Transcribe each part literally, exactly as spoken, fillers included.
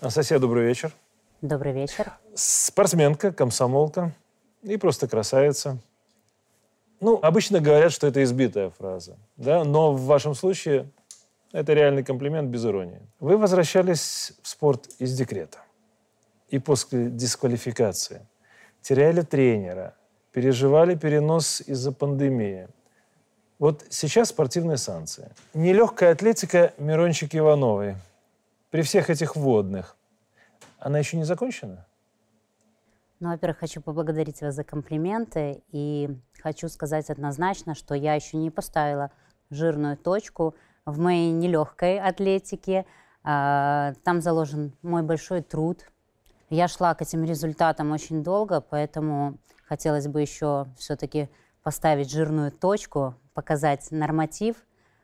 Анастасия, добрый вечер. Добрый вечер. Спортсменка, комсомолка и просто красавица. Ну, обычно говорят, что это избитая фраза, да? Но в вашем случае это реальный комплимент без иронии. Вы возвращались в спорт из декрета. И после дисквалификации теряли тренера, переживали перенос из-за пандемии. Вот сейчас спортивные санкции. Нелегкая атлетика Мирончик Ивановой. При всех этих вводных. Она еще не закончена? Ну, во-первых, хочу поблагодарить вас за комплименты. И хочу сказать однозначно, что я еще не поставила жирную точку в моей нелегкой атлетике. Там заложен мой большой труд. Я шла к этим результатам очень долго, поэтому хотелось бы еще все-таки поставить жирную точку, показать норматив,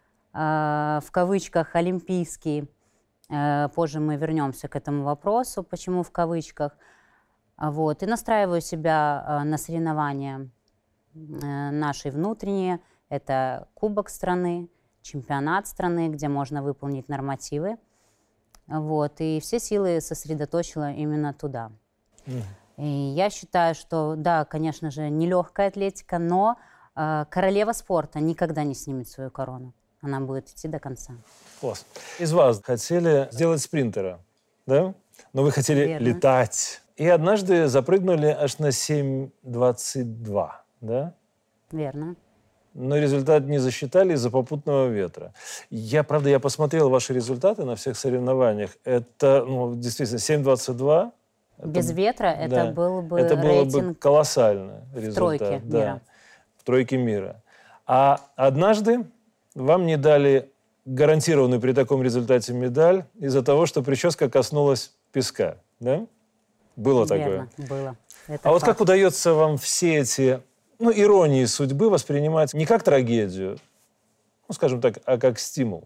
в кавычках, олимпийский. Позже мы вернемся к этому вопросу, почему в кавычках. Вот. И настраиваю себя на соревнования наши внутренние. Это Кубок страны, чемпионат страны, где можно выполнить нормативы. Вот. И все силы сосредоточила именно туда. Mm. И я считаю, что, да, конечно же, нелегкая атлетика, но э, королева спорта никогда не снимет свою корону. Она будет идти до конца. Класс. Из вас хотели сделать спринтера, да? Но вы хотели Верно. летать. И однажды запрыгнули аж на семь двадцать два, да? Верно. Но результат не засчитали из-за попутного ветра. Я, правда, я посмотрел ваши результаты на всех соревнованиях. Это, ну, действительно, семь двадцать два. Без это, ветра это да, был бы это было рейтинг бы колоссальный результат. В тройке да, мира. В тройке мира. А однажды вам не дали гарантированную при таком результате медаль из-за того, что прическа коснулась песка, да? Было Верно, такое? было. Это а факт. Вот как удается вам все эти, ну, иронии судьбы воспринимать не как трагедию, ну, скажем так, а как стимул?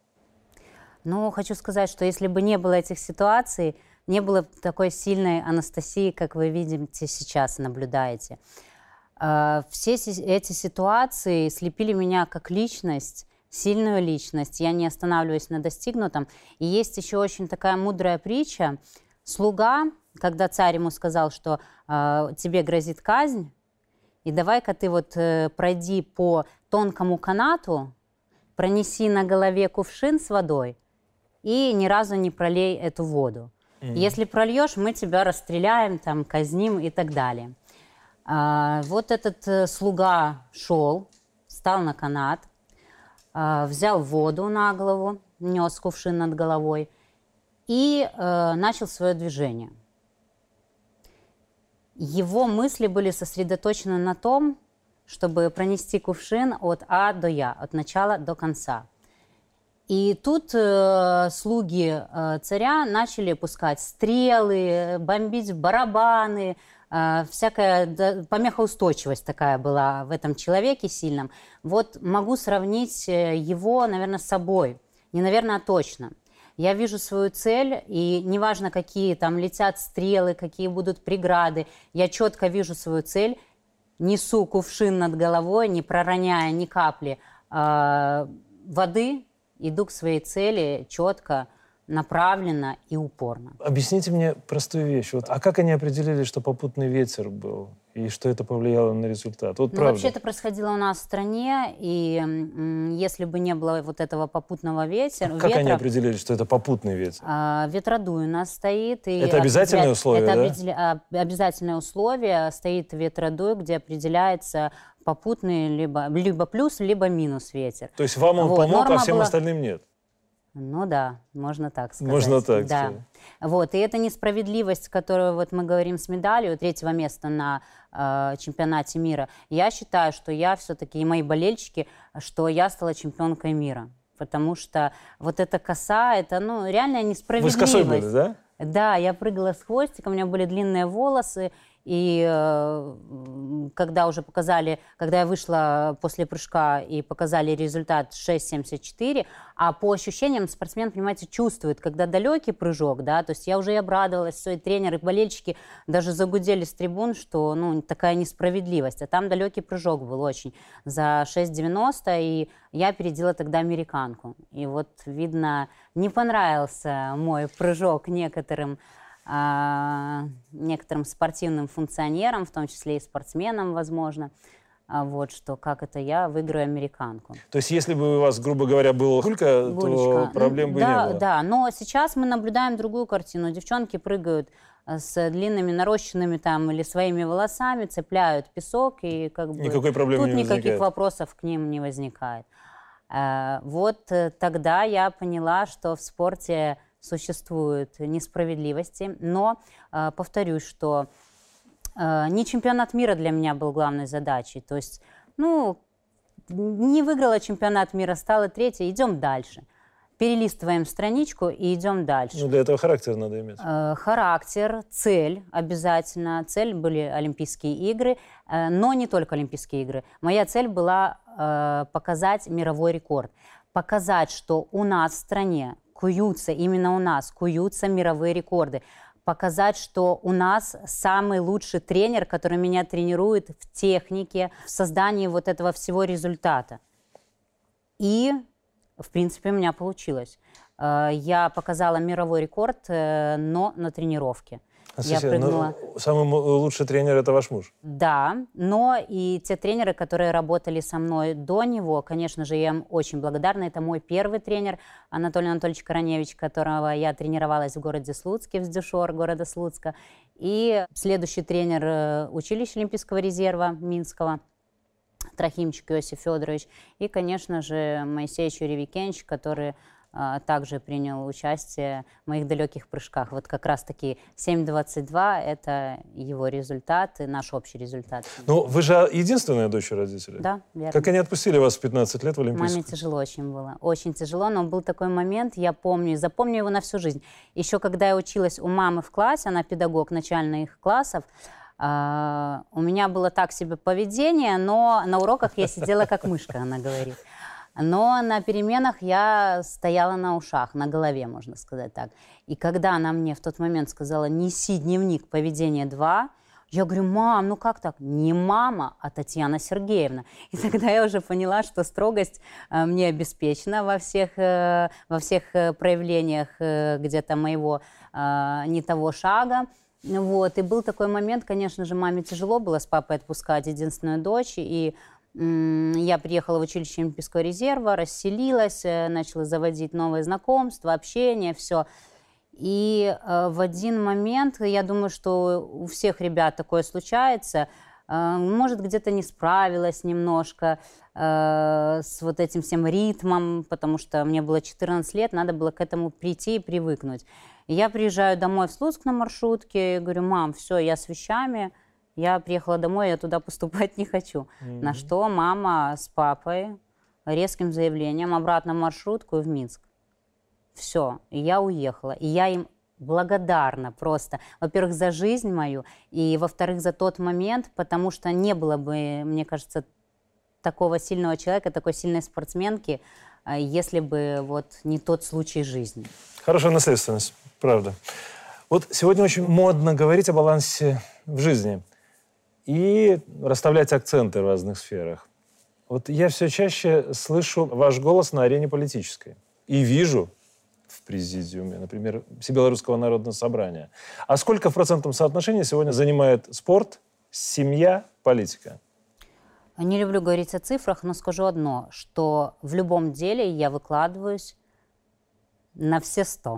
Ну, хочу сказать, что если бы не было этих ситуаций, не было такой сильной Анастасии, как вы видите сейчас, наблюдаете. Все эти ситуации слепили меня как личность, сильную личность. Я не останавливаюсь на достигнутом. И есть еще очень такая мудрая притча. Слуга, когда царь ему сказал, что э, тебе грозит казнь, и давай-ка ты вот э, пройди по тонкому канату, пронеси на голове кувшин с водой и ни разу не пролей эту воду. Mm-hmm. Если прольешь, мы тебя расстреляем, там, казним и так далее. А, вот этот э, слуга шел, встал на канат, э, взял воду на голову, нес кувшин над головой и э, начал свое движение. Его мысли были сосредоточены на том, чтобы пронести кувшин от А до Я, от начала до конца. И тут э, слуги э, царя начали пускать стрелы, бомбить барабаны, э, всякая да, помехоустойчивость такая была в этом человеке сильном. Вот могу сравнить его, наверное, с собой. Не, наверное, а точно. Я вижу свою цель, и неважно, какие там летят стрелы, какие будут преграды, я четко вижу свою цель, несу кувшин над головой, не пророняя ни капли э, воды, иду к своей цели четко, направленно и упорно. Объясните мне простую вещь. Вот, а как они определили, что попутный ветер был? И что это повлияло на результат? Вот ну, правда. вообще это происходило у нас в стране, и м, если бы не было вот этого попутного ветра... А как ветра, они определили, что это попутный ветер? А, ветродуй у нас стоит. И это обязательное условие, это да? определя... обязательное условие. Стоит ветродуй, где определяется попутный либо, либо плюс, либо минус ветер. То есть вам он вот. помог, Норма а всем была... остальным нет? Ну да, можно так сказать. Можно так да. сказать. Вот. И эта несправедливость, которую вот мы говорим с медалью третьего места на э, чемпионате мира, я считаю, что я все-таки, и мои болельщики, что я стала чемпионкой мира. Потому что вот эта коса, это ну, реальная несправедливость. Вы с косой были, да? Да, я прыгала с хвостиком, у меня были длинные волосы, И э, когда уже показали, когда я вышла после прыжка и показали результат шесть семьдесят четыре, а по ощущениям спортсмен, понимаете, чувствует, когда далекий прыжок, да, то есть я уже и обрадовалась, свои тренеры, болельщики даже загудели с трибун, что, ну, такая несправедливость, а там далекий прыжок был очень за шесть девяносто, и я опередила тогда американку. И вот, видно, не понравился мой прыжок некоторым некоторым спортивным функционерам, в том числе и спортсменам, возможно, вот, что как это я выиграю американку. То есть если бы у вас, грубо говоря, была гулька, то проблем бы да, не было? Да, но сейчас мы наблюдаем другую картину. Девчонки прыгают с длинными нарощенными там или своими волосами, цепляют песок, и как бы никакой проблемы тут не никаких возникает. Вопросов к ним не возникает. Вот тогда я поняла, что в спорте существуют несправедливости, но э, повторюсь, что э, не чемпионат мира для меня был главной задачей. То есть, ну, не выиграла чемпионат мира, стала третьей, идем дальше. Перелистываем страничку и идем дальше. Ну, для этого характер надо иметь. Э, характер, цель обязательно. Цель были Олимпийские игры, э, но не только Олимпийские игры. Моя цель была э, показать мировой рекорд. Показать, что у нас в стране куются, именно у нас куются мировые рекорды. Показать, что у нас самый лучший тренер, который меня тренирует в технике, в создании вот этого всего результата. И, в принципе, у меня получилось. Я показала мировой рекорд, но на тренировке. Я прыгнула. Самый лучший тренер – это ваш муж? Да, но и те тренеры, которые работали со мной до него, конечно же, я им очень благодарна. Это мой первый тренер Анатолий Анатольевич Короневич, которого я тренировалась в городе Слуцке, в Сдюшор города Слуцка. И следующий тренер училища Олимпийского резерва Минского, Трохимчик Иосиф Федорович. И, конечно же, Моисеевич Юрий Викентьевич, который также принял участие в моих далеких прыжках. Вот как раз-таки семь двадцать два – это его результат, и наш общий результат. Ну, вы же единственная дочь родителей? Да, верно. Как они отпустили вас в пятнадцать лет в Олимпийскую? Маме тяжело очень было, очень тяжело, но был такой момент, я помню, и запомню его на всю жизнь. Еще когда я училась у мамы в классе, она педагог начальных классов, Uh, у меня было так себе поведение, но на уроках я сидела как мышка, она говорит. Но на переменах я стояла на ушах, на голове, можно сказать так. И когда она мне в тот момент сказала: неси дневник поведения два, я говорю: мам, ну как так? Не мама, а Татьяна Сергеевна. И тогда я уже поняла, что строгость э, мне обеспечена во всех, э, во всех проявлениях э, где-то моего э, не того шага. Вот. И был такой момент, конечно же, маме тяжело было с папой отпускать единственную дочь, и м- я приехала в училище Олимпийского резерва, расселилась, э, начала заводить новые знакомства, общение, все. И э, в один момент, я думаю, что у всех ребят такое случается, э, может, где-то не справилась немножко э, с вот этим всем ритмом, потому что мне было четырнадцать лет, надо было к этому прийти и привыкнуть. И я приезжаю домой в Слуцк на маршрутке, и говорю: мам, все, я с вещами, я приехала домой, я туда поступать не хочу. Mm-hmm. На что мама с папой резким заявлением обратно в маршрутку и в Минск. Все, и я уехала. И я им благодарна просто, во-первых, за жизнь мою, и, во-вторых, за тот момент, потому что не было бы, мне кажется, такого сильного человека, такой сильной спортсменки, если бы вот не тот случай жизни. Хорошая наследственность, правда. Вот сегодня очень модно говорить о балансе в жизни и расставлять акценты в разных сферах. Вот я все чаще слышу ваш голос на арене политической и вижу в президиуме, например, Всебелорусского народного собрания. А сколько в процентном соотношении сегодня занимает спорт, семья, политика? Не люблю говорить о цифрах, но скажу одно, что в любом деле я выкладываюсь на все сто.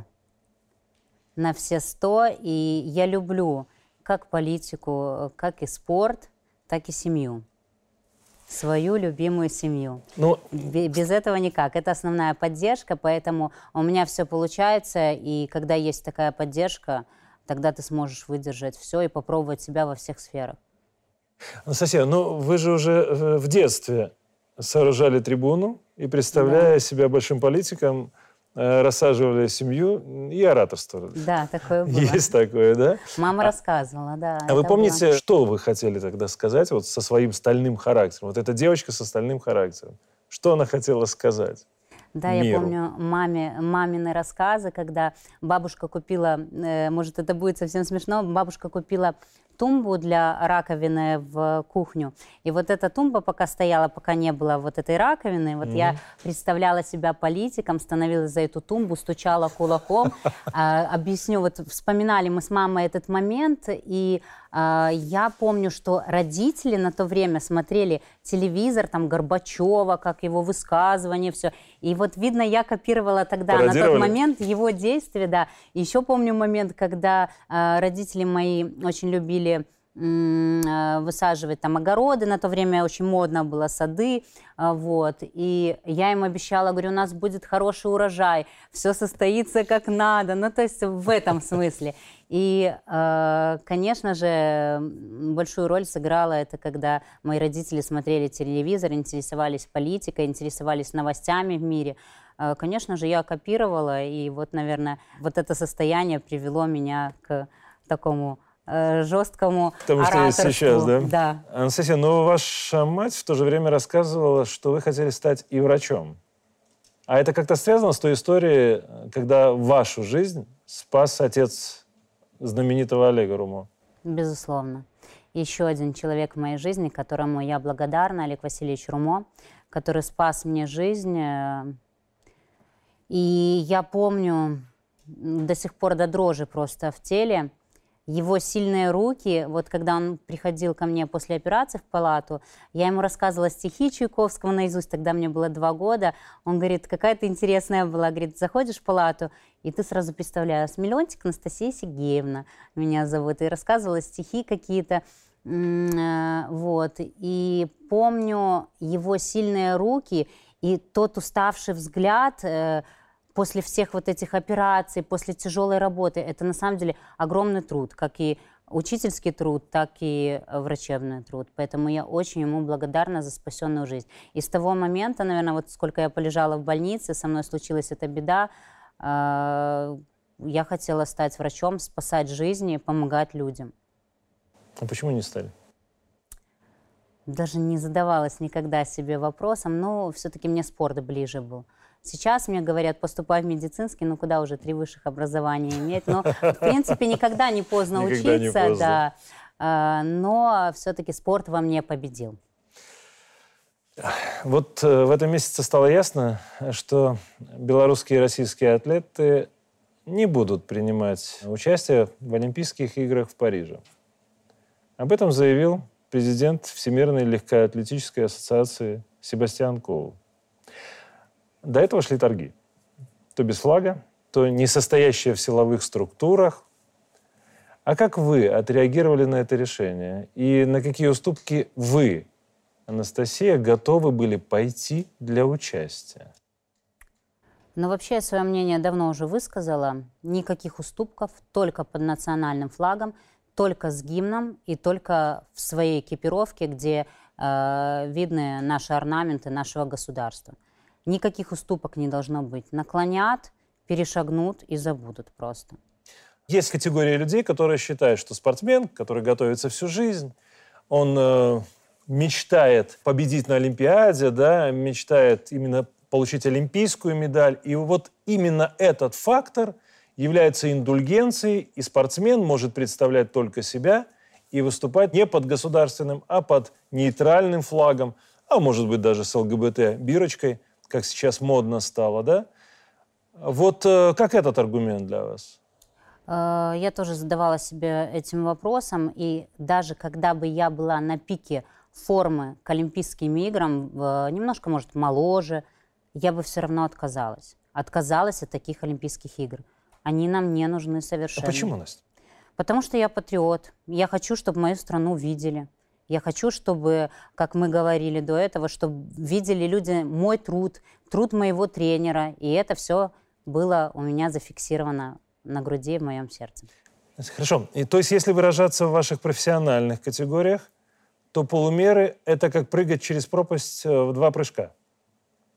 На все сто, и я люблю как политику, как и спорт, так и семью. Свою любимую семью. Ну, без этого никак. Это основная поддержка, поэтому у меня все получается, и когда есть такая поддержка, тогда ты сможешь выдержать все и попробовать себя во всех сферах. Анастасия, ну вы же уже в детстве сооружали трибуну и, представляя да. себя большим политиком, э, рассаживали семью и ораторствовали. Да, такое было. Есть такое, да? Мама а, рассказывала, да. А вы помните, было. что вы хотели тогда сказать вот со своим стальным характером? Вот эта девочка со стальным характером. Что она хотела сказать? Да, миру. Я помню маме, мамины рассказы, когда бабушка купила, э, может, это будет совсем смешно, бабушка купила тумбу для раковины в кухню. И вот эта тумба пока стояла, пока не было вот этой раковины, вот mm-hmm. я представляла себя политиком, становилась за эту тумбу, стучала кулаком. Объясню, вот вспоминали мы с мамой этот момент, и я помню, что родители на то время смотрели телевизор, там, Горбачева, как его высказывание, все. И вот, видно, я копировала тогда на тот момент его действия, да. Еще помню момент, когда родители мои очень любили высаживать там огороды, на то время очень модно было сады, вот, и я им обещала, говорю, у нас будет хороший урожай, все состоится как надо, ну, то есть в этом смысле. И, конечно же, большую роль сыграло это, когда мои родители смотрели телевизор, интересовались политикой, интересовались новостями в мире. Конечно же, я копировала, и вот, наверное, вот это состояние привело меня к такому жесткому Потому что есть сейчас, да? Да. Анастасия, но ваша мать в то же время рассказывала, что вы хотели стать и врачом. А это как-то связано с той историей, когда вашу жизнь спас отец знаменитого Олега Румо? Безусловно. Еще один человек в моей жизни, которому я благодарна, Олег Васильевич Румо, который спас мне жизнь. И я помню до сих пор до дрожи просто в теле его сильные руки. Вот когда он приходил ко мне после операции в палату, я ему рассказывала стихи Чайковского наизусть, тогда мне было два года. Он говорит, какая ты интересная была. Говорит, заходишь в палату, и ты сразу представляешь, Миллионтик Анастасия Сергеевна меня зовут. И рассказывала стихи какие-то. Вот. И помню его сильные руки и тот уставший взгляд после всех вот этих операций, после тяжелой работы. Это на самом деле огромный труд, как и учительский труд, так и врачебный труд. Поэтому я очень ему благодарна за спасенную жизнь. И с того момента, наверное, вот сколько я полежала в больнице, со мной случилась эта беда, я хотела стать врачом, спасать жизни, помогать людям. А почему не стали? Даже не задавалась никогда себе вопросом, но все-таки мне спорт ближе был. Сейчас мне говорят, поступай в медицинский, ну куда уже три высших образования иметь. Но, в принципе, никогда не поздно никогда учиться, не поздно. Да. Но все-таки спорт во мне победил. Вот в этом месяце стало ясно, что белорусские и российские атлеты не будут принимать участие в Олимпийских играх в Париже. Об этом заявил президент Всемирной легкоатлетической ассоциации Себастьян Коу. До этого шли торги. То без флага, то не состоящие в силовых структурах. А как вы отреагировали на это решение? И на какие уступки вы, Анастасия, готовы были пойти для участия? Ну, вообще, я свое мнение давно уже высказала. Никаких уступков, только под национальным флагом, только с гимном и только в своей экипировке, где э, видны наши орнаменты нашего государства. Никаких уступок не должно быть. Наклонят, перешагнут и забудут просто. Есть категория людей, которые считают, что спортсмен, который готовится всю жизнь, он э, мечтает победить на Олимпиаде, да, мечтает именно получить олимпийскую медаль. И вот именно этот фактор является индульгенцией, и спортсмен может представлять только себя и выступать не под государственным, а под нейтральным флагом, а может быть даже с ЛГБТ-бирочкой, как сейчас модно стало, да? Вот э, как этот аргумент для вас? Я тоже задавала себе этим вопросом, и даже когда бы я была на пике формы к Олимпийским играм, немножко, может, моложе, я бы все равно отказалась. Отказалась от таких Олимпийских игр. Они нам не нужны совершенно. А почему, Настя? Потому что я патриот. Я хочу, чтобы мою страну видели. Я хочу, чтобы, как мы говорили до этого, чтобы видели люди мой труд, труд моего тренера. И это все было у меня зафиксировано на груди, в моем сердце. Хорошо. И, то есть, если выражаться в ваших профессиональных категориях, то полумеры – это как прыгать через пропасть в два прыжка.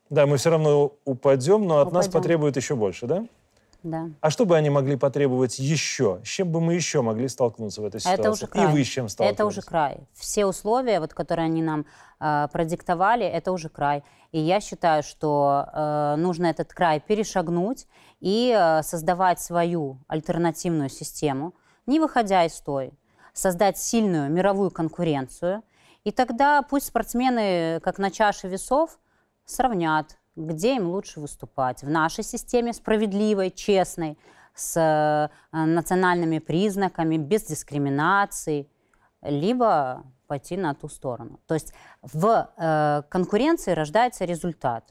Да, мы все равно упадем, но от Упадем. нас потребуют еще больше, да? Да. А что бы они могли потребовать еще? С чем бы мы еще могли столкнуться в этой ситуации? Это уже край. И вы с чем сталкивались? Это уже край. Все условия, вот, которые они нам э, продиктовали, это уже край. И я считаю, что э, нужно этот край перешагнуть и э, создавать свою альтернативную систему, не выходя из той, создать сильную мировую конкуренцию. И тогда пусть спортсмены, как на чаше весов, сравнят, где им лучше выступать. В нашей системе справедливой, честной, с э, национальными признаками, без дискриминации, либо пойти на ту сторону. То есть в э, конкуренции рождается результат.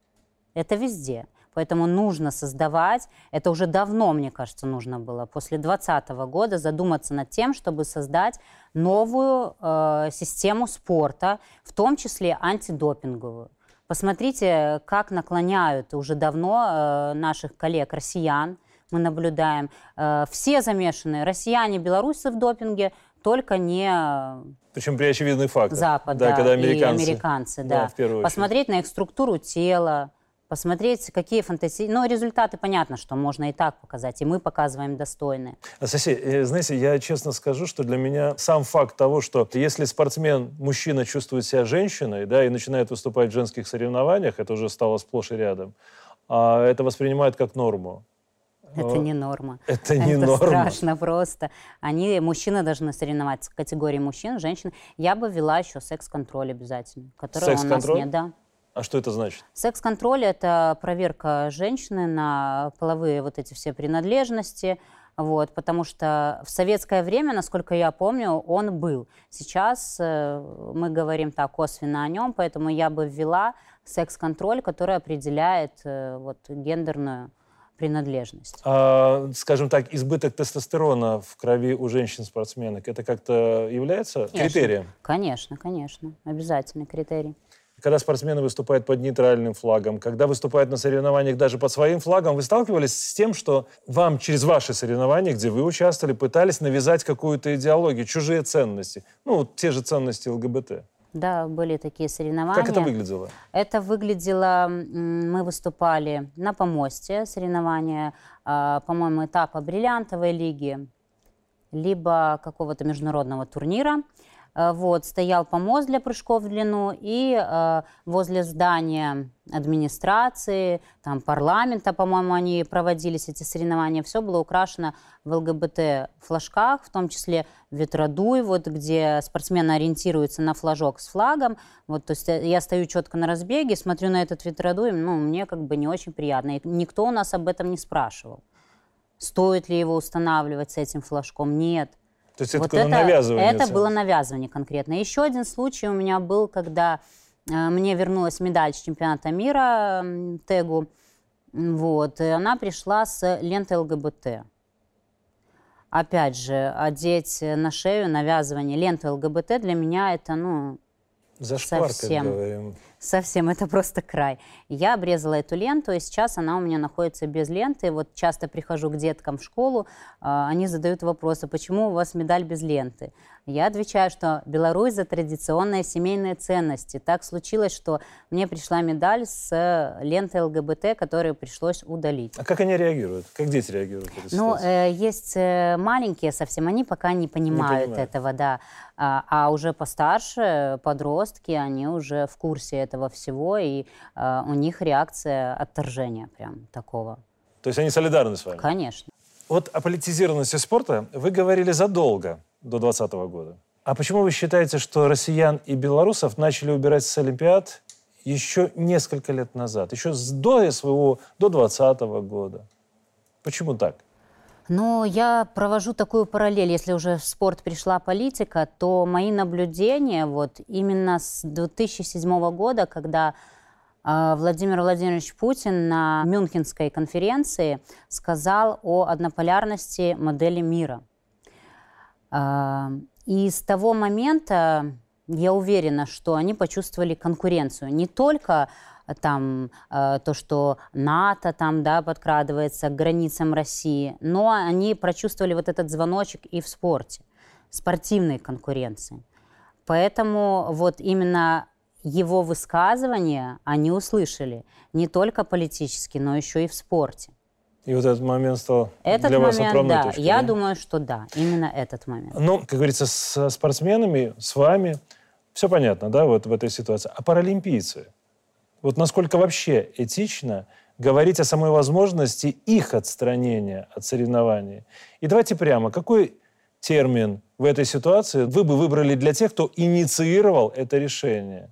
Это везде. Поэтому нужно создавать, это уже давно, мне кажется, нужно было, после двадцатого года задуматься над тем, чтобы создать новую э, систему спорта, в том числе антидопинговую. Посмотрите, как наклоняют уже давно э, наших коллег-россиян, мы наблюдаем. Э, все замешаны, россияне, белорусы в допинге, только не Причем при очевидных фактах. Запад, да, да, когда американцы, и американцы. Да, да. в первую очередь. Посмотреть на их структуру тела, посмотреть, какие фантазии... Ну, результаты, понятно, что можно и так показать, и мы показываем достойные. Анастасия, знаете, я честно скажу, что для меня сам факт того, что если спортсмен, мужчина чувствует себя женщиной, да, и начинает выступать в женских соревнованиях, это уже стало сплошь и рядом, а это воспринимают как норму. Это не норма. Это не это норма. страшно просто. Они, мужчины должны соревноваться в категории мужчин, женщин. Я бы ввела еще секс-контроль обязательно, которого у нас Секс-контроль? нет. Да. А что это значит? Секс-контроль – это проверка женщины на половые вот эти все принадлежности, вот, потому что в советское время, насколько я помню, он был. Сейчас э, мы говорим так косвенно о нем, поэтому я бы ввела секс-контроль, который определяет э, вот, гендерную принадлежность. А, скажем так, избыток тестостерона в крови у женщин-спортсменок, это как-то является Конечно. критерием? Конечно, конечно. Обязательный критерий. Когда спортсмены выступают под нейтральным флагом, когда выступают на соревнованиях даже под своим флагом, вы сталкивались с тем, что вам через ваши соревнования, где вы участвовали, пытались навязать какую-то идеологию, чужие ценности? Ну, те же ценности ЛГБТ. Да, были такие соревнования. Как это выглядело? Это выглядело... Мы выступали на помосте, соревнования, по-моему, этапа бриллиантовой лиги, либо какого-то международного турнира. Вот, стоял помост для прыжков в длину, и э, возле здания администрации, там, парламента, по-моему, они проводились, эти соревнования, все было украшено в ЛГБТ-флажках, в том числе ветродуй, вот, где спортсмены ориентируются на флажок с флагом. Вот, то есть я стою четко на разбеге, смотрю на этот ветродуй, ну, мне как бы не очень приятно. И никто у нас об этом не спрашивал. Стоит ли его устанавливать с этим флажком? Нет. То есть это вот такое это, навязывание? Это было навязывание конкретно. Еще один случай у меня был, когда э, мне вернулась медаль с чемпионата мира э, Тегу. Вот, и она пришла с лентой ЛГБТ. Опять же, одеть на шею навязывание ленты ЛГБТ для меня это, ну, зашквар, совсем, как говорим. Совсем, это просто край. Я обрезала эту ленту, и сейчас она у меня находится без ленты. Вот часто прихожу к деткам в школу, они задают вопросы, почему у вас медаль без ленты? Я отвечаю, что Беларусь за традиционные семейные ценности. Так случилось, что мне пришла медаль с лентой ЛГБТ, которую пришлось удалить. А как они реагируют? Как дети реагируют? Ну, э, есть э, маленькие совсем, они пока не понимают, не понимают. этого, да. А, а уже постарше, подростки, они уже в курсе этого всего, и э, у них реакция отторжения прям такого. То есть они солидарны с вами? Конечно. Вот о политизированности спорта вы говорили задолго до двадцатого года. А почему вы считаете, что россиян и белорусов начали убирать с Олимпиад еще несколько лет назад, еще до своего, до двадцатого года? Почему так? Ну, я провожу такую параллель. Если уже в спорт пришла политика, то мои наблюдения вот именно с две тысячи седьмого года, когда э, Владимир Владимирович Путин на Мюнхенской конференции сказал о однополярности модели мира. Э, и с того момента я уверена, что они почувствовали конкуренцию. Не только там э, то, что НАТО там, да, подкрадывается к границам России, но они прочувствовали вот этот звоночек и в спорте, спортивной конкуренции. Поэтому вот именно его высказывания они услышали не только политически, но еще и в спорте. И вот этот момент стал этот для вас момент, отправной да, точкой? Я да? думаю, что да, именно этот момент. Ну, как говорится, со спортсменами, с вами все понятно, да, вот в этой ситуации. А паралимпийцы? Вот насколько вообще этично говорить о самой возможности их отстранения от соревнований? И давайте прямо, какой термин в этой ситуации вы бы выбрали для тех, кто инициировал это решение?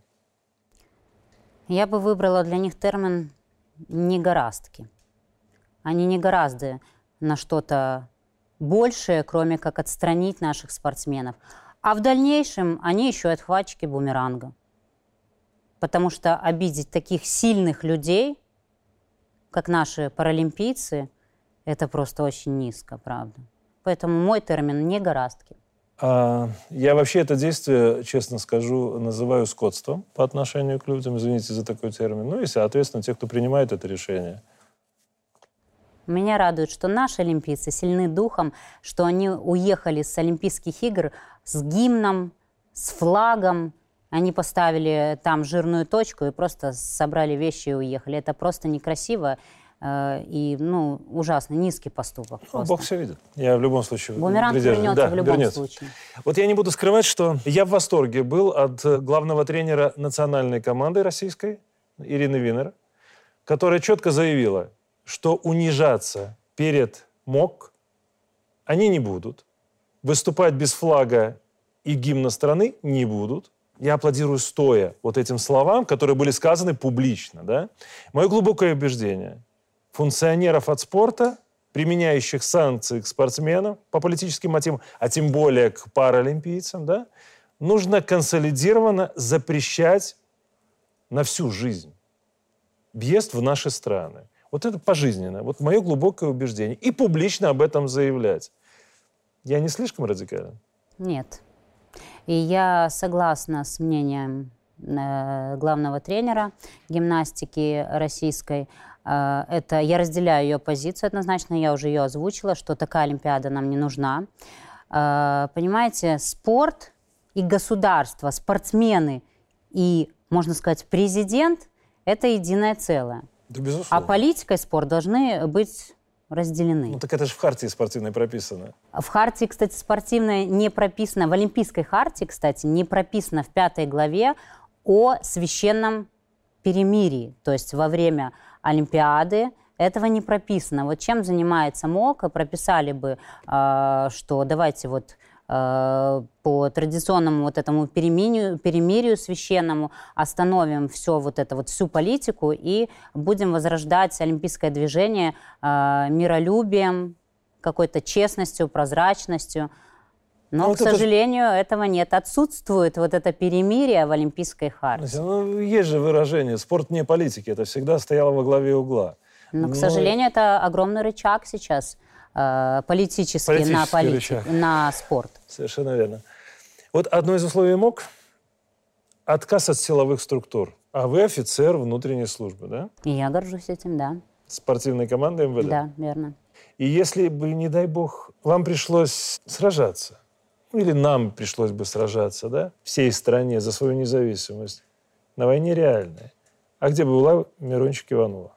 Я бы выбрала для них термин «негораздки». Они не гораздо на что-то большее, кроме как отстранить наших спортсменов. А в дальнейшем они еще и отхватчики бумеранга. Потому что обидеть таких сильных людей, как наши паралимпийцы, это просто очень низко, правда. Поэтому мой термин «негораздки». А, я вообще это действие, честно скажу, называю скотством по отношению к людям. Извините за такой термин. Ну и, соответственно, те, кто принимает это решение. Меня радует, что наши олимпийцы сильны духом, что они уехали с Олимпийских игр с гимном, с флагом. Они поставили там жирную точку и просто собрали вещи и уехали. Это просто некрасиво э, и ну, ужасно низкий поступок. Ну, Бог все видит. Я в любом случае Бумеранг придерживаюсь. вернется Да, в любом вернется. случае. Вот я не буду скрывать, что я в восторге был от главного тренера национальной команды российской, Ирины Винер, которая четко заявила, что унижаться перед МОК они не будут, выступать без флага и гимна страны не будут. Я аплодирую стоя вот этим словам, которые были сказаны публично. Да? Мое глубокое убеждение. Функционеров от спорта, применяющих санкции к спортсменам по политическим мотивам, а тем более к паралимпийцам, да, нужно консолидированно запрещать на всю жизнь въезд в наши страны. Вот это пожизненно. Вот мое глубокое убеждение. И публично об этом заявлять. Я не слишком радикален? Нет. И я согласна с мнением э, главного тренера гимнастики российской. Э, это, я разделяю ее позицию однозначно, я уже ее озвучила, что такая Олимпиада нам не нужна. Э, понимаете, спорт и государство, спортсмены и, можно сказать, президент – это единое целое. Да, безусловно. А политика и спорт должны быть разделены. Ну так это же в хартии спортивной прописано. В хартии, кстати, спортивной не прописано, в Олимпийской хартии, кстати, не прописано в пятой главе о священном перемирии. То есть во время Олимпиады этого не прописано. Вот чем занимается МОК, прописали бы, э, что давайте вот по традиционному вот этому перемирию, перемирию священному остановим все вот это вот, всю политику и будем возрождать олимпийское движение э, миролюбием, какой-то честностью, прозрачностью. Но, ну, к сожалению, это... этого нет. Отсутствует вот это перемирие в Олимпийской хартии. Ну, есть же выражение «спорт не политики». Это всегда стояло во главе угла. Но, Но... к сожалению, это огромный рычаг сейчас. Политический, политический на, полит... на спорт. Совершенно верно. Вот одно из условий МОК – отказ от силовых структур. А вы офицер внутренней службы, да? И я горжусь этим, да. Спортивной командой МВД? Да, верно. И если бы, не дай бог, вам пришлось сражаться, ну или нам пришлось бы сражаться, да, всей стране за свою независимость, на войне реальной, а где бы была Мирончик Иванова?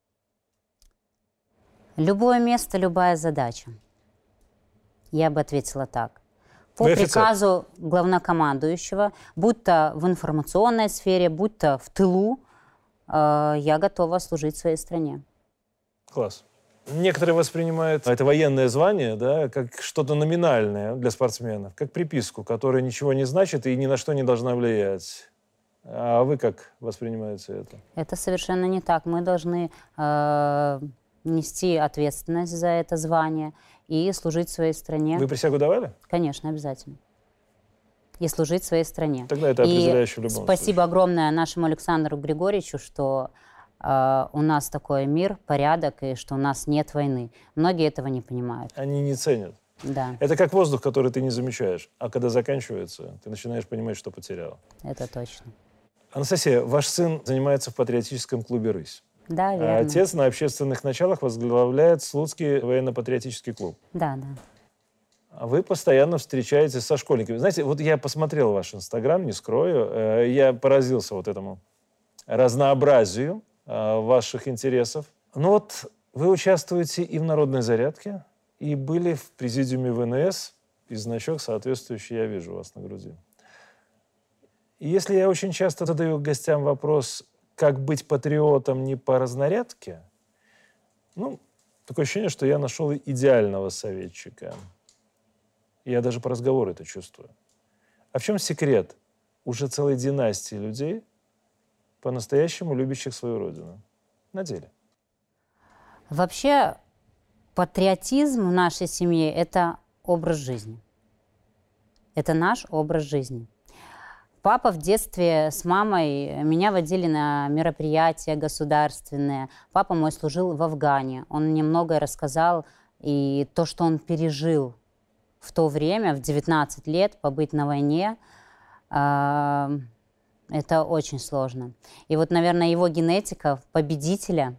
Любое место, любая задача. Я бы ответила так. По Вы приказу главнокомандующего, будь то в информационной сфере, будь то в тылу, э, я готова служить своей стране. Класс. Некоторые воспринимают это военное звание, да, как что-то номинальное для спортсменов, как приписку, которая ничего не значит и ни на что не должна влиять. А вы как воспринимаете это? Это совершенно не так. Мы должны... Э, нести ответственность за это звание и служить своей стране. Вы присягу давали? Конечно, обязательно. И служить своей стране. Тогда это определяюще и в любом спасибо случае. огромное нашему Александру Григорьевичу, что э, у нас такой мир, порядок, и что у нас нет войны. Многие этого не понимают. Они не ценят. Да. Это как воздух, который ты не замечаешь. А когда заканчивается, ты начинаешь понимать, что потерял. Это точно. Анастасия, ваш сын занимается в патриотическом клубе «Рысь». Да, верно. А отец на общественных началах возглавляет Слуцкий военно-патриотический клуб. Да, да. вы постоянно встречаетесь со школьниками. Знаете, вот я посмотрел ваш Инстаграм, не скрою, я поразился вот этому разнообразию ваших интересов. Ну вот вы участвуете и в народной зарядке, и были в президиуме вэ эн эс, и значок соответствующий я вижу у вас на груди. И если я очень часто задаю гостям вопрос, как быть патриотом не по разнарядке, ну, такое ощущение, что я нашел идеального советчика. Я даже по разговору это чувствую. А в чем секрет уже целой династии людей, по-настоящему любящих свою родину? На деле. Вообще, патриотизм в нашей семье – это образ жизни. Это наш образ жизни. Папа в детстве с мамой меня водили на мероприятия государственные. Папа мой служил в Афгане. Он мне многое рассказал. И то, что он пережил в то время, в девятнадцать лет, побыть на войне, э, это очень сложно. И вот, наверное, его генетика победителя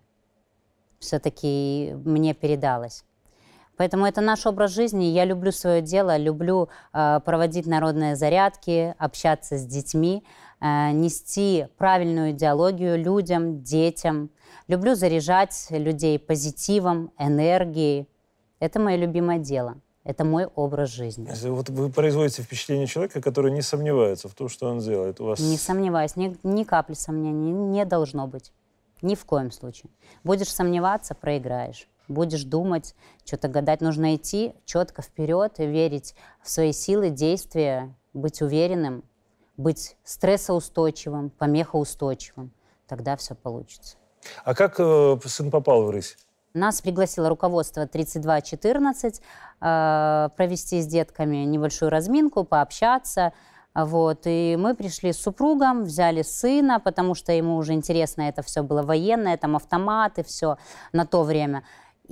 все-таки мне передалась. Поэтому это наш образ жизни. Я люблю свое дело, люблю э, проводить народные зарядки, общаться с детьми, э, нести правильную идеологию людям, детям. Люблю заряжать людей позитивом, энергией. Это мое любимое дело. Это мой образ жизни. Вот вы производите впечатление человека, который не сомневается в том, что он делает. У вас... Не сомневаюсь, ни, ни капли сомнений не должно быть. Ни в коем случае. Будешь сомневаться — проиграешь. Будешь думать, что-то гадать, нужно идти четко вперед и верить в свои силы, действия, быть уверенным, быть стрессоустойчивым, помехоустойчивым. Тогда все получится. А как э, сын попал в рысь? Нас пригласило руководство тридцать два четырнадцать э, провести с детками небольшую разминку, пообщаться. Вот. И мы пришли с супругом, взяли сына, потому что ему уже интересно, это все было военное, там автоматы, все на то время.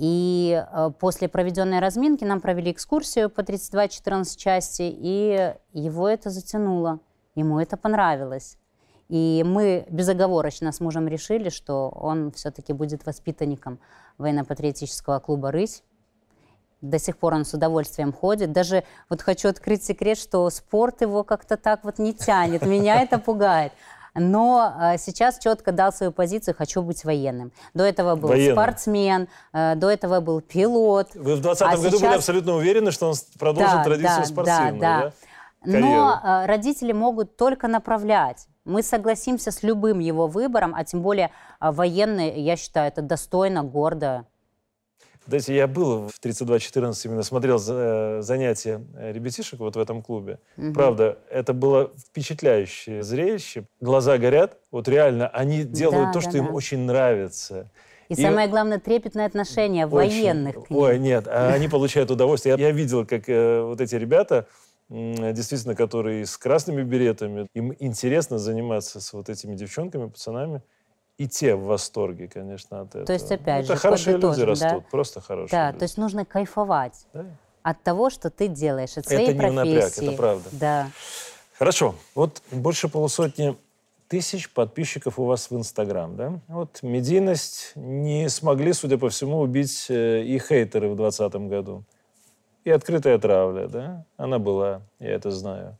И э, после проведенной разминки нам провели экскурсию по тридцать два четырнадцать части, и его это затянуло, ему это понравилось. И мы безоговорочно с мужем решили, что он все-таки будет воспитанником военно-патриотического клуба «Рысь». До сих пор он с удовольствием ходит. Даже вот хочу открыть секрет, что спорт его как-то так вот не тянет. Меня это пугает. Но э, сейчас четко дал свою позицию: хочу быть военным. До этого был Военным. спортсмен, э, до этого был пилот. Вы в двадцатом а году сейчас... были абсолютно уверены, что он продолжит да, традицию да, спортивную, да, да? да. Но э, родители могут только направлять. Мы согласимся с любым его выбором, а тем более э, военный, я считаю, это достойно, гордо. Знаете, я был в тридцать два четырнадцать, именно смотрел за, занятия ребятишек вот в этом клубе. Угу. Правда, это было впечатляющее зрелище. Глаза горят. Вот реально, они делают да, то, да, что да. им очень нравится. И, и самое главное, трепетное отношение очень, военных к ним. Ой, нет, они получают удовольствие. Я, я видел, как э, вот эти ребята, э, действительно, которые с красными беретами, им интересно заниматься с вот этими девчонками, пацанами. И те в восторге, конечно, от этого. То есть, опять это же, хорошие люди растут, да? Просто хорошие Да, люди. то есть нужно кайфовать да? от того, что ты делаешь, от своей это профессии. Это не напряг, это правда. Да. Хорошо. Вот больше полусотни тысяч подписчиков у вас в Инстаграм, да? Вот медийность не смогли, судя по всему, убить и хейтеры в двадцатом году. И открытая травля, да? Она была, я это знаю.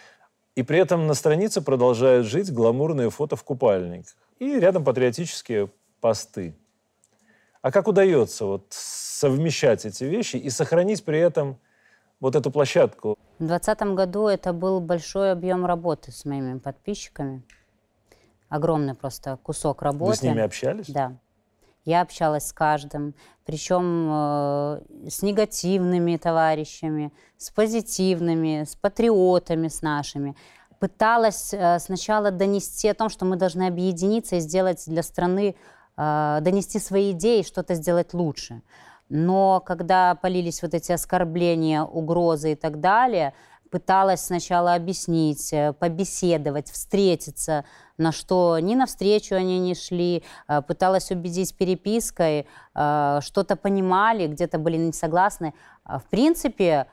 И при этом на странице продолжают жить гламурные фото в купальниках. И рядом патриотические посты. А как удается вот совмещать эти вещи и сохранить при этом вот эту площадку? В двадцатом году это был большой объем работы с моими подписчиками. Огромный просто кусок работы. Вы с ними общались? Да. Я общалась с каждым. Причем э, с негативными товарищами, с позитивными, с патриотами, с нашими. Пыталась э, сначала донести о том, что мы должны объединиться и сделать для страны, э, донести свои идеи, что-то сделать лучше. Но когда полились вот эти оскорбления, угрозы и так далее, пыталась сначала объяснить, побеседовать, встретиться, на что ни навстречу они не шли, э, пыталась убедить перепиской, э, что-то понимали, где-то были не согласны. В принципе,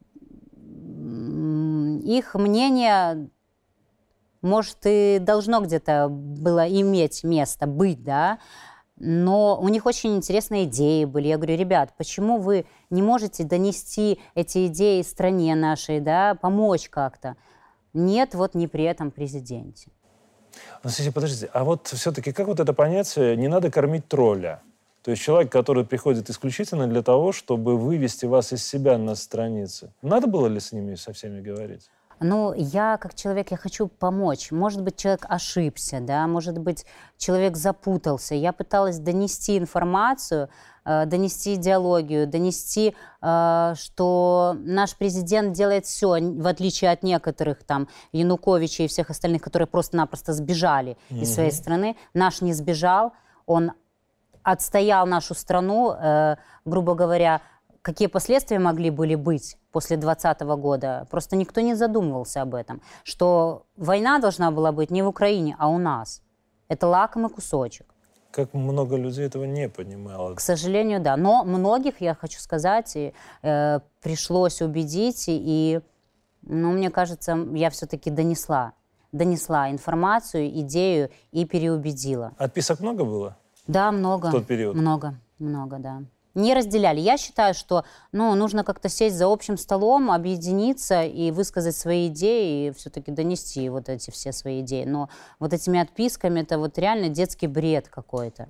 их мнение... Может, и должно где-то было иметь место, быть, да, Но у них очень интересные идеи были. Я говорю, ребят, почему вы не можете донести эти идеи стране нашей, да, помочь как-то? Нет, вот не при этом президенте. Анастасия, подождите, а вот все-таки как вот это понятие «не надо кормить тролля»? То есть человек, который приходит исключительно для того, чтобы вывести вас из себя на странице. Надо было ли с ними со всеми говорить? Ну, я как человек, я хочу помочь. Может быть, человек ошибся, да, может быть, человек запутался. Я пыталась донести информацию, э, донести идеологию, донести, э, что наш президент делает все, в отличие от некоторых там Януковича и всех остальных, которые просто-напросто сбежали mm-hmm. из своей страны. Наш не сбежал, он отстоял нашу страну, э, грубо говоря. Какие последствия могли были быть после двадцатого года, просто никто не задумывался об этом. Что война должна была быть не в Украине, а у нас. Это лакомый кусочек. Как много людей этого не понимало. К сожалению, да. Но многих, я хочу сказать, и, э, пришлось убедить. И, ну, мне кажется, я все-таки донесла. Донесла информацию, идею и переубедила. Отписок много было? Да, много. В тот период? Много, много, да. Не разделяли. Я считаю, что ну, нужно как-то сесть за общим столом, объединиться и высказать свои идеи, и все-таки донести вот эти все свои идеи. Но вот этими отписками это вот реально детский бред какой-то.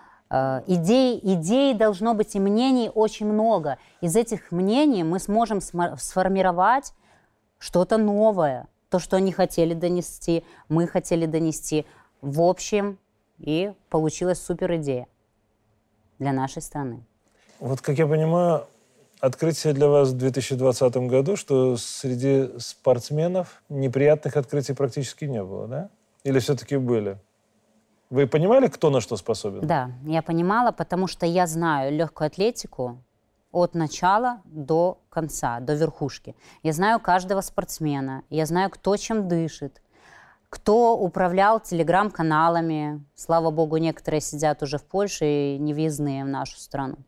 Э, идей, идей должно быть и мнений очень много. Из этих мнений мы сможем сформировать что-то новое. То, что они хотели донести, мы хотели донести в общем. И получилась супер идея для нашей страны. Вот, как я понимаю, открытие для вас в две тысячи двадцатом году, что среди спортсменов неприятных открытий практически не было, да? Или все-таки были? Вы понимали, кто на что способен? Да, я понимала, потому что я знаю легкую атлетику от начала до конца, до верхушки. Я знаю каждого спортсмена, я знаю, кто чем дышит, кто управлял телеграм-каналами. Слава богу, некоторые сидят уже в Польше и не въездные в нашу страну.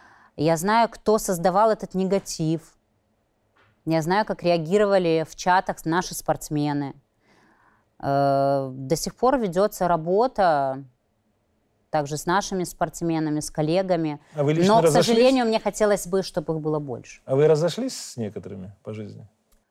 Я знаю, кто создавал этот негатив. Я знаю, как реагировали в чатах наши спортсмены. До сих пор ведется работа также с нашими спортсменами, с коллегами. А вы лично Но, к разошлись? сожалению, мне хотелось бы, чтобы их было больше. А вы разошлись с некоторыми по жизни?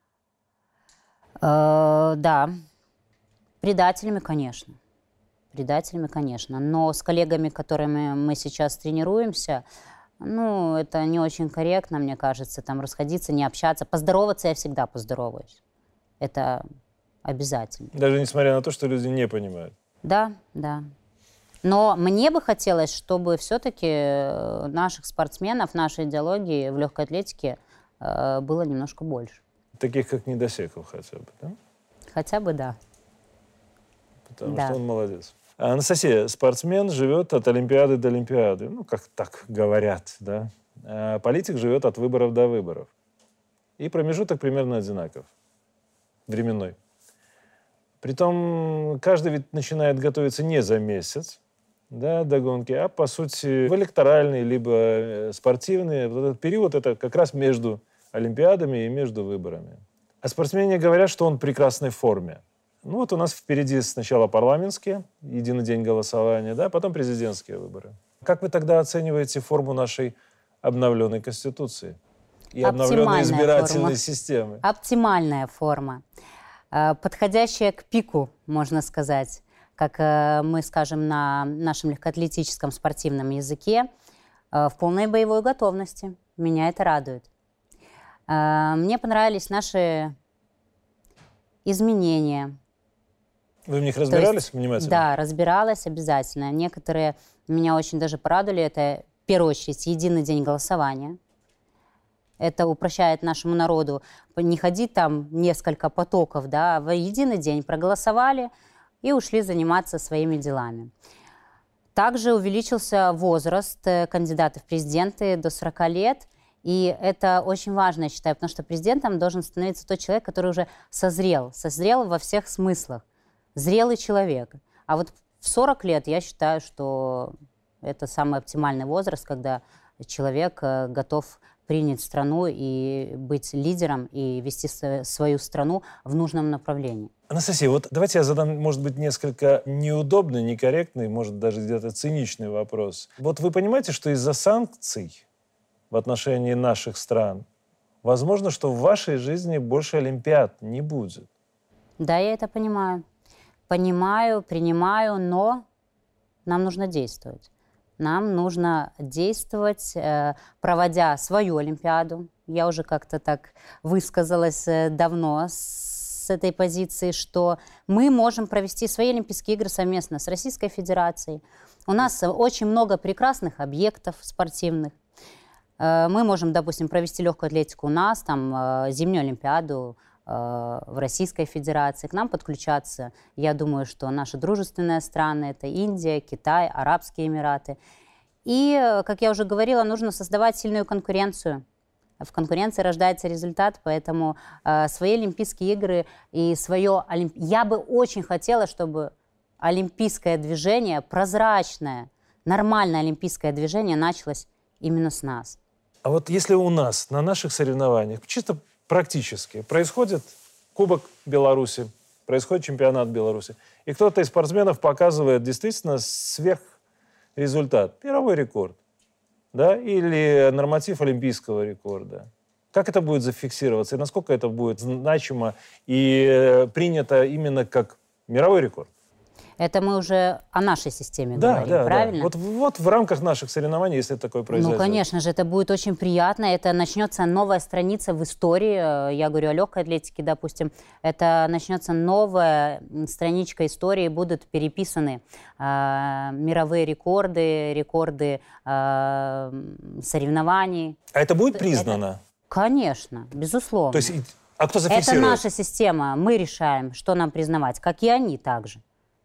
Э, да. Предателями, конечно. Предателями, конечно. Но с коллегами, которыми мы сейчас тренируемся, ну, это не очень корректно, мне кажется, там расходиться, не общаться. Поздороваться я всегда поздороваюсь. Это обязательно. Даже несмотря на то, что люди не понимают? Да, да. Но мне бы хотелось, чтобы все-таки наших спортсменов, нашей идеологии в легкой атлетике э, было немножко больше. Таких, как Недосеков хотя бы, да? Хотя бы да. Потому да. что он молодец. Анастасия, спортсмен живет от Олимпиады до Олимпиады. Ну, как так говорят, да? А политик живет от выборов до выборов. И промежуток примерно одинаков. Временной. Притом каждый ведь начинает готовиться не за месяц, да, до гонки, а, по сути, в электоральный, либо спортивный. Вот этот период — это как раз между Олимпиадами и между выборами. А спортсмены говорят, что он в прекрасной форме. Ну вот у нас впереди сначала парламентские, единый день голосования, да, потом президентские выборы. Как вы тогда оцениваете форму нашей обновленной Конституции и обновленной избирательной форма. системы? Оптимальная форма. Подходящая к пику, можно сказать, как мы скажем на нашем легкоатлетическом спортивном языке, в полной боевой готовности. Меня это радует. Мне понравились наши изменения. Вы в них разбирались есть, внимательно? Да, разбиралась обязательно. Некоторые меня очень даже порадовали. Это, в первую очередь, единый день голосования. Это упрощает нашему народу не ходить там несколько потоков, да, а в единый день проголосовали и ушли заниматься своими делами. Также увеличился возраст кандидатов в президенты до сорока лет. И это очень важно, я считаю, потому что президентом должен становиться тот человек, который уже созрел, созрел во всех смыслах. Зрелый человек. А вот в сорок лет я считаю, что это самый оптимальный возраст, когда человек готов принять страну и быть лидером, и вести свою страну в нужном направлении. Анастасия, вот давайте я задам, может быть, несколько неудобный, некорректный, может, даже где-то циничный вопрос. Вот вы понимаете, что из-за санкций в отношении наших стран возможно, что в вашей жизни больше Олимпиад не будет? Да, я это понимаю. Понимаю, принимаю, но нам нужно действовать. Нам нужно действовать, проводя свою Олимпиаду. Я уже как-то так высказалась давно с этой позиции, что мы можем провести свои Олимпийские игры совместно с Российской Федерацией. У нас очень много прекрасных объектов спортивных. Мы можем, допустим, провести легкую атлетику у нас, там, зимнюю Олимпиаду в Российской Федерации. К нам подключаться, я думаю, что наши дружественные страны, это Индия, Китай, Арабские Эмираты. И, как я уже говорила, нужно создавать сильную конкуренцию. В конкуренции рождается результат, поэтому э, свои Олимпийские игры и свое... Олимп... Я бы очень хотела, чтобы олимпийское движение, прозрачное, нормальное олимпийское движение началось именно с нас. А вот если у нас на наших соревнованиях чисто практически происходит Кубок Беларуси, происходит чемпионат Беларуси, и кто-то из спортсменов показывает действительно сверхрезультат, мировой рекорд, да, или норматив олимпийского рекорда. Как это будет зафиксироваться и насколько это будет значимо и принято именно как мировой рекорд? Это мы уже о нашей системе да, говорим, да, правильно? Да. Вот, вот в рамках наших соревнований, если такое произойдет. Ну, конечно же, это будет очень приятно. Это начнется новая страница в истории. Я говорю о легкой атлетике, допустим. Это начнется новая страничка истории. Будут переписаны э, мировые рекорды, рекорды э, соревнований. А это будет признано? Это, конечно, безусловно. То есть, а кто зафиксирует? Это наша система. Мы решаем, что нам признавать, как и они также.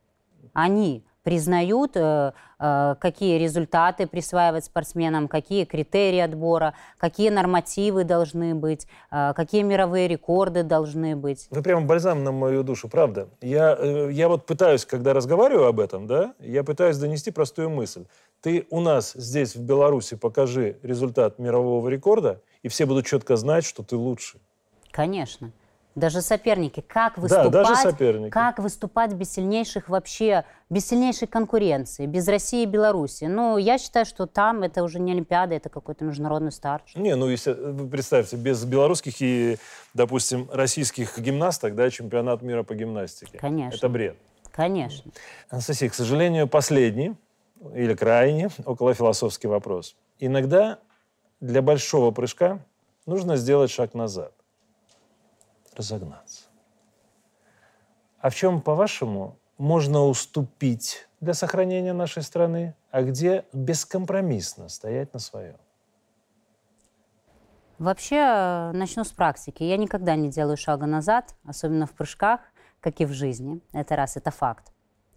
Они признают, э, э, какие результаты присваивать спортсменам, какие критерии отбора, какие нормативы должны быть, э, какие мировые рекорды должны быть. Вы прямо бальзам на мою душу, правда. Я, э, я вот пытаюсь, когда разговариваю об этом, да, я пытаюсь донести простую мысль. Ты у нас здесь, в Беларуси, покажи результат мирового рекорда, и все будут четко знать, что ты лучший. Конечно. Даже соперники. Как выступать, да, даже соперники. Как выступать без сильнейших вообще, без сильнейшей конкуренции, без России и Беларуси? Ну, я считаю, что там это уже не Олимпиада, это какой-то международный старт. Не, ну, если, вы представьте, без белорусских и, допустим, российских гимнасток, да, чемпионат мира по гимнастике. Конечно. Это бред. Конечно. Анастасия, к сожалению, последний или крайний околофилософский вопрос. Иногда для большого прыжка нужно сделать шаг назад. Разогнаться. А в чем, по-вашему, можно уступить для сохранения нашей страны, а где бескомпромиссно стоять на своем? Вообще, начну с практики. Я никогда не делаю шага назад, особенно в прыжках, как и в жизни. Это раз, это факт.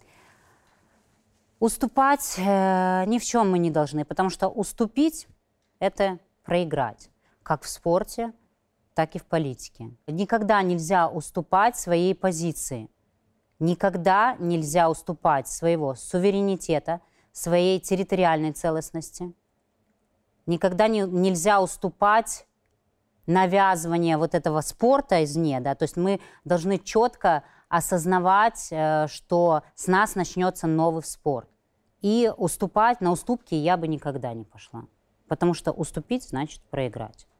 Уступать э, ни в чем мы не должны, потому что уступить – это проиграть, как в спорте, так и в политике. Никогда нельзя уступать своей позиции. Никогда нельзя уступать своего суверенитета, своей территориальной целостности. Никогда не, нельзя уступать навязывание вот этого спорта извне. Да? То есть мы должны четко осознавать, что с нас начнется новый спорт. И уступать, на уступки я бы никогда не пошла. Потому что уступить значит проиграть.